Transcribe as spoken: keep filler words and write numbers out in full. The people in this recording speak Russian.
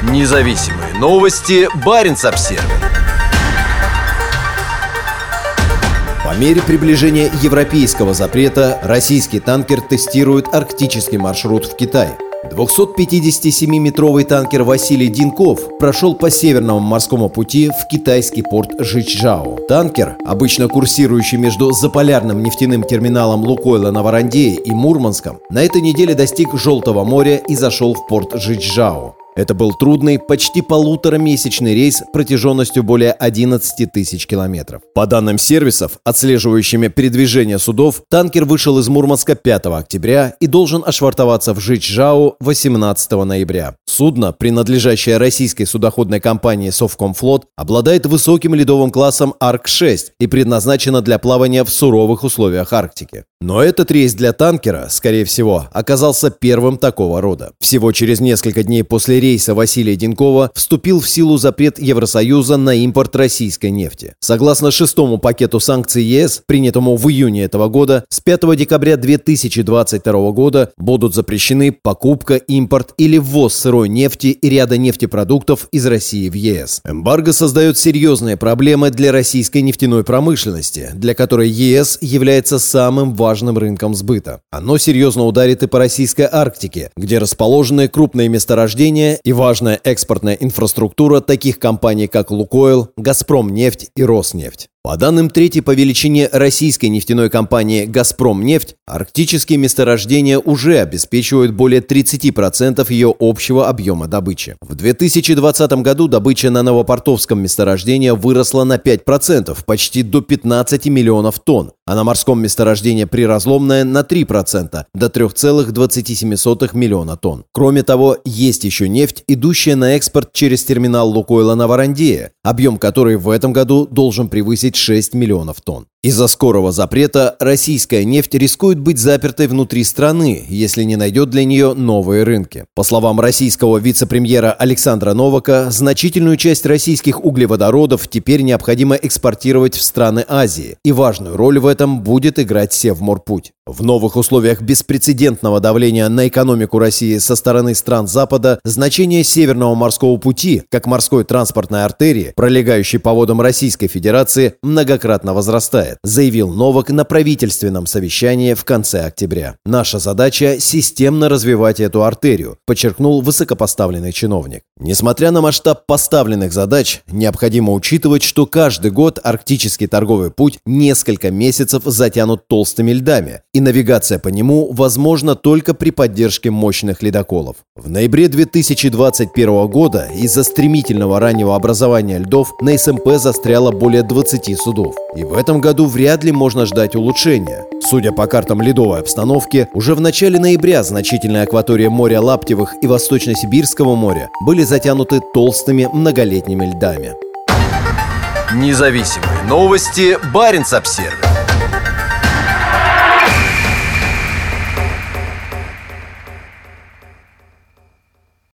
Независимые новости. Баренц-Обсервис. По мере приближения европейского запрета российский танкер тестирует арктический маршрут в Китай. двухсотпятидесятисемиметровый танкер «Василий Динков» прошел по Северному морскому пути в китайский порт Жичжао. Танкер, обычно курсирующий между заполярным нефтяным терминалом «Лукойла» на Варандее и Мурманском, на этой неделе достиг Желтого моря и зашел в порт Жичжао. Это был трудный, почти полуторамесячный рейс протяженностью более одиннадцати тысяч километров. По данным сервисов, отслеживающими передвижение судов, танкер вышел из Мурманска пятого октября и должен ошвартоваться в Жичжао восемнадцатого ноября. Судно, принадлежащее российской судоходной компании «Совкомфлот», обладает высоким ледовым классом Арк шесть и предназначено для плавания в суровых условиях Арктики. Но этот рейс для танкера, скорее всего, оказался первым такого рода. Всего через несколько дней после рейса Василия Динкова вступил в силу запрет Евросоюза на импорт российской нефти. Согласно шестому пакету санкций ЕС, принятому в июне этого года, с пятого декабря две тысячи двадцать второго года будут запрещены покупка, импорт или ввоз сырой нефти и ряда нефтепродуктов из России в ЕС. Эмбарго создает серьезные проблемы для российской нефтяной промышленности, для которой ЕС является самым важным рынком сбыта. Оно серьезно ударит и по российской Арктике, где расположены крупные месторождения и важная экспортная инфраструктура таких компаний, как «Лукойл», «Газпромнефть» и «Роснефть». По данным третьей по величине российской нефтяной компании «Газпромнефть», арктические месторождения уже обеспечивают более тридцати процентов ее общего объема добычи. В две тысячи двадцатом году добыча на новопортовском месторождении выросла на пять процентов, почти до пятнадцати миллионов тонн, а на морском месторождении Приразломное на три процента, до трёх целых двадцати семи сотых миллиона тонн. Кроме того, есть еще нефть, идущая на экспорт через терминал «Лукойла» на Варандее, объем которой в этом году должен превысить шесть миллионов тонн. Из-за скорого запрета российская нефть рискует быть запертой внутри страны, если не найдет для нее новые рынки. По словам российского вице-премьера Александра Новака, значительную часть российских углеводородов теперь необходимо экспортировать в страны Азии, и важную роль в этом будет играть Севморпуть. В новых условиях беспрецедентного давления на экономику России со стороны стран Запада значение Северного морского пути, как морской транспортной артерии, пролегающей по водам Российской Федерации, многократно возрастает, заявил Новак на правительственном совещании в конце октября. Наша задача – системно развивать эту артерию, подчеркнул высокопоставленный чиновник. Несмотря на масштаб поставленных задач, необходимо учитывать, что каждый год арктический торговый путь несколько месяцев затянут толстыми льдами, и навигация по нему возможна только при поддержке мощных ледоколов. В ноябре две тысячи двадцать первого года из-за стремительного раннего образования льдов на СМП застряло более двадцати судов. И в этом году вряд ли можно ждать улучшения. Судя по картам ледовой обстановки, уже в начале ноября значительная акватория моря Лаптевых и Восточно-Сибирского моря были затянуты толстыми многолетними льдами. Независимые новости. Баренц-Обсервис.